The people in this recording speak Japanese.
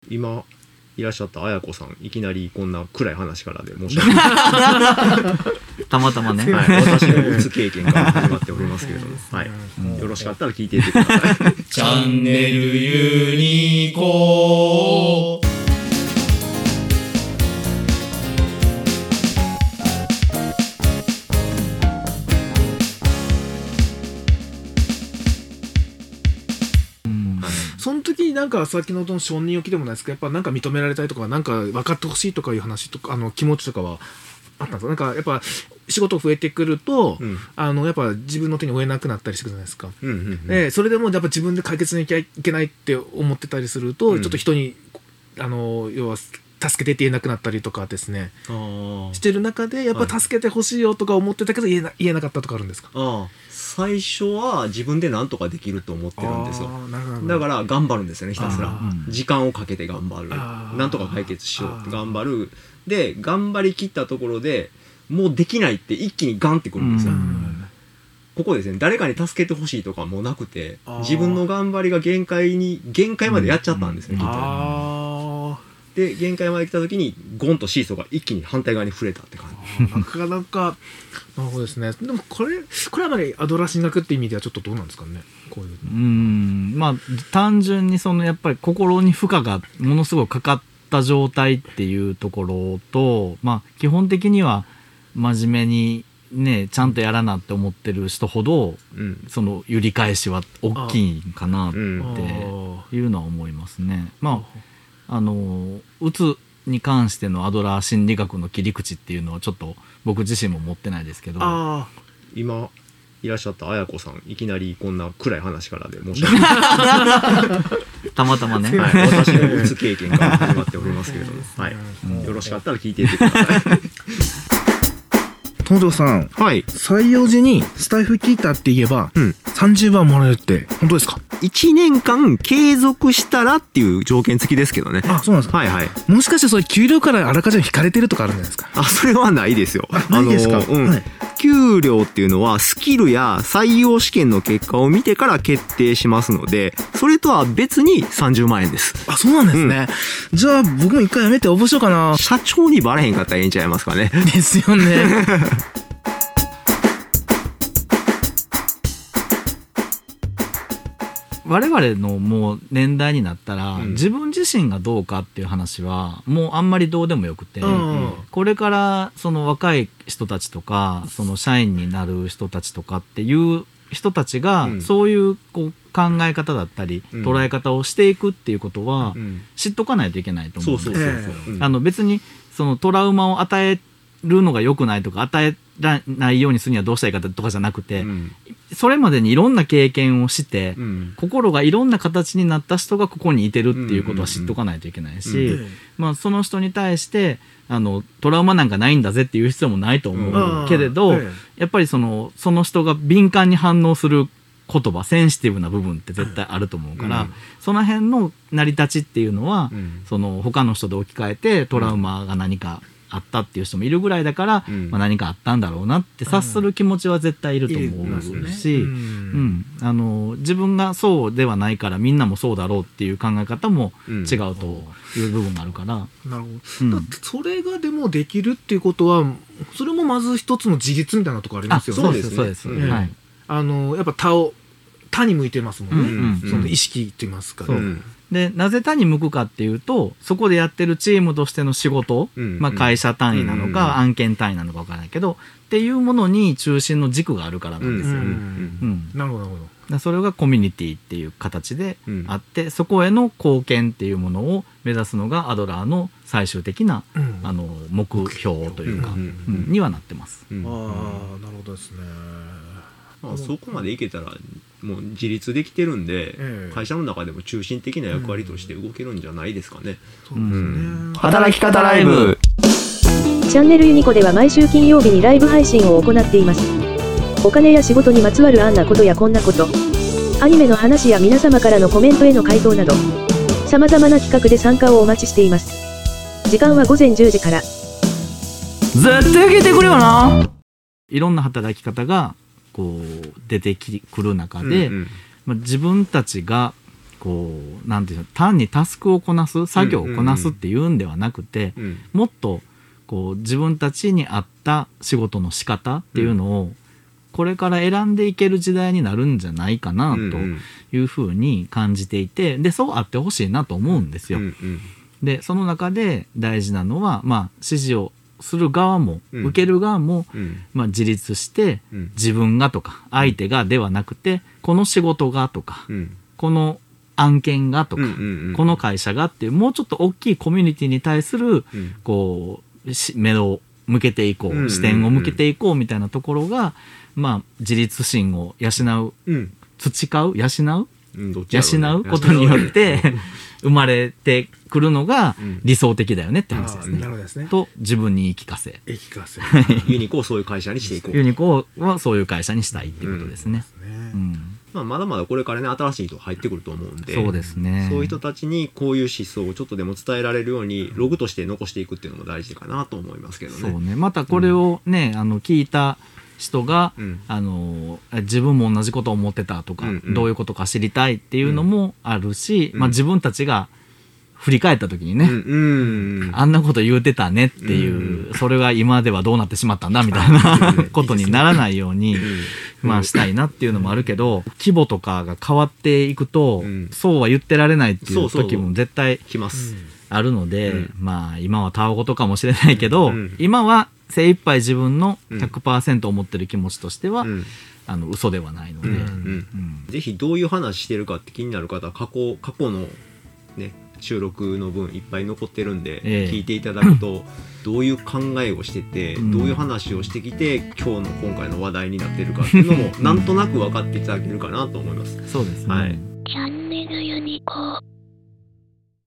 今いらっしゃった綾子さん、いきなりこんな暗い話からで申し訳ないたまたまね、 はい、私のうつ経験から始まっておりますけれども、はい、よろしかったら聞いていってくださいチャンネルユニコーン。 その時になんか先ほどの承認欲求でもないですけど、やっぱなんか認められたいとか、なんか分かってほしいとかいう話とか、気持ちとかはあったんですか？なんかやっぱ仕事増えてくると、やっぱ自分の手に負えなくなったりしてくるじゃないですか。でそれでもやっぱ自分で解決しなきゃいけないって思ってたりすると、ちょっと人に要は助けてって言えなくなったりとかですね、してる中でやっぱ助けてほしいよとか思ってたけど言えなかったとかあるんですか？ 最初は自分で何とかできると思ってるんですよ。だから頑張るんですよね、ひたすら時間をかけて頑張る、なんとか解決しようって頑張る。で頑張りきったところでもうできないって一気にガンってくるんですよ。ここですね、誰かに助けてほしいとかもなくて、自分の頑張りが限界までやっちゃったんですね、きっと。で限界まで来た時にゴンとシーソーが一気に反対側に触れたって感じ。 なかなかなるほどですね。でもこれはまでアドラー心理学って意味ではちょっとどうなんですかね。こういうまあ単純にやっぱり心に負荷がものすごくかかった状態っていうところと、まあ基本的には真面目にねちゃんとやらなって思ってる人ほど、その揺り返しは大きいかなっていうのは思いますね。まあうつに関してのアドラー心理学の切り口っていうのはちょっと僕自身も持ってないですけど、 今いらっしゃった綾子さん、いきなりこんな暗い話からで申し訳ないたまたまね、 はい、私のうつ経験から始まっておりますけれども、はい、よろしかったら聞いていってください東條さん、 はい、 採用時にスタイフ聞いたって言えば、30万もらえるって本当ですか ？1年間継続したらっていう条件付きですけどね。 そうなんですか。 はいはい。 もしかしてそれ給料からあらかじめ引かれてるとかあるんじゃないですか？ それはないですよ。 ないですか？ 給料っていうのはスキルや採用試験の結果を見てから決定しますので、それとは別に30万円です。 そうなんですね。じゃあ僕も一回やめて応募しようかな。 社長にバレへんかったらいいんちゃいますかね。 ですよね我々のもう年代になったら、自分自身がどうかっていう話はもうあんまりどうでもよくて、これからその若い人たちとかその社員になる人たちとかっていう人たちが、そういう考え方だったり、捉え方をしていくっていうことは、知っとかないといけないと思うんですよ。別にそのトラウマを与えるのが良くないとか、与えないようにするにはどうしたらいいかとかじゃなくて、それまでにいろんな経験をして、心がいろんな形になった人がここにいてるっていうことは知っとかないといけないし、その人に対してトラウマなんかないんだぜっていう必要もないと思うけれど、やっぱりその人が敏感に反応する言葉、センシティブな部分って絶対あると思うから、その辺の成り立ちっていうのは、その他の人で置き換えてトラウマが何かあったっていう人もいるぐらいだから、何かあったんだろうなって察する気持ちは絶対いると思うし、自分がそうではないからみんなもそうだろうっていう考え方も違うという部分があるから、 なるほど。だってそれがでもできるっていうことは、それもまず一つの自立みたいなところありますよね。 そうです。 やっぱ他に向いてますもんね、その意識って言いますか。 でなぜ他に向くかっていうと、そこでやってるチームとしての仕事、会社単位なのか、案件単位なのか分からないけどっていうものに中心の軸があるからなんですよ。 なるほどなるほど。 それがコミュニティっていう形であって、そこへの貢献っていうものを目指すのがアドラーの最終的な、目標というか、にはなってます。 なるほどですね。 そこまでいけたらもう自立できてるんで、会社の中でも中心的な役割として動けるんじゃないですかね。 働き方ライブ。 チャンネルユニコでは毎週金曜日にライブ配信を行っています。お金や仕事にまつわるあんなことやこんなこと、アニメの話や皆様からのコメントへの回答など、様々な企画で参加をお待ちしています。時間は午前10時から。 絶対聞いてくれよな。いろんな働き方がこう出てくる中で、自分たちがこうなんていうの、単にタスクをこなす、作業をこなすっていうんではなくて、もっとこう自分たちに合った仕事の仕方っていうのをこれから選んでいける時代になるんじゃないかなというふうに感じていて、でそうあってほしいなと思うんですよ。でその中で大事なのは、指示をする側も、受ける側も、自立して、自分がとか相手がではなくて、この仕事がとか、この案件がとか、この会社がっていうもうちょっと大きいコミュニティに対する、こう目を向けていこう、視点を向けていこうみたいなところが、自立心を養う、培う、養うことによって生まれてくるのが理想的だよねって話ですね。 なるほどですね。 と自分に言い聞かせ。 ユニコをそういう会社にしていこう。 ユニコはそういう会社にしたいっていうことですね。 まだまだこれからね新しい人入ってくると思うんで、 そうですね。 そういう人たちにこういう思想をちょっとでも伝えられるようにログとして残していくっていうのも大事かなと思いますけどね。 そうね。またこれをね、聞いた人が、自分も同じことを思ってたとか、どういうことか知りたいっていうのもあるし、自分たちが振り返った時にね、あんなこと言うてたねっていう、それが今ではどうなってしまったんだみたいなことにならないようにしたいなっていうのもあるけど、規模とかが変わっていくと、そうは言ってられないっていう時も絶対あるので、今はたわごとかもしれないけど、今は精一杯自分の 100% 思ってる気持ちとしては、嘘ではないので、 ぜひどういう話してるかって気になる方は過去のね収録の分いっぱい残ってるんで、聞いていただくとどういう考えをしてて、どういう話をしてきて今回の話題になってるかっていうのもなんとなく分かっていただけるかなと思います。 そうですね。 はい。チャンネルユニコ。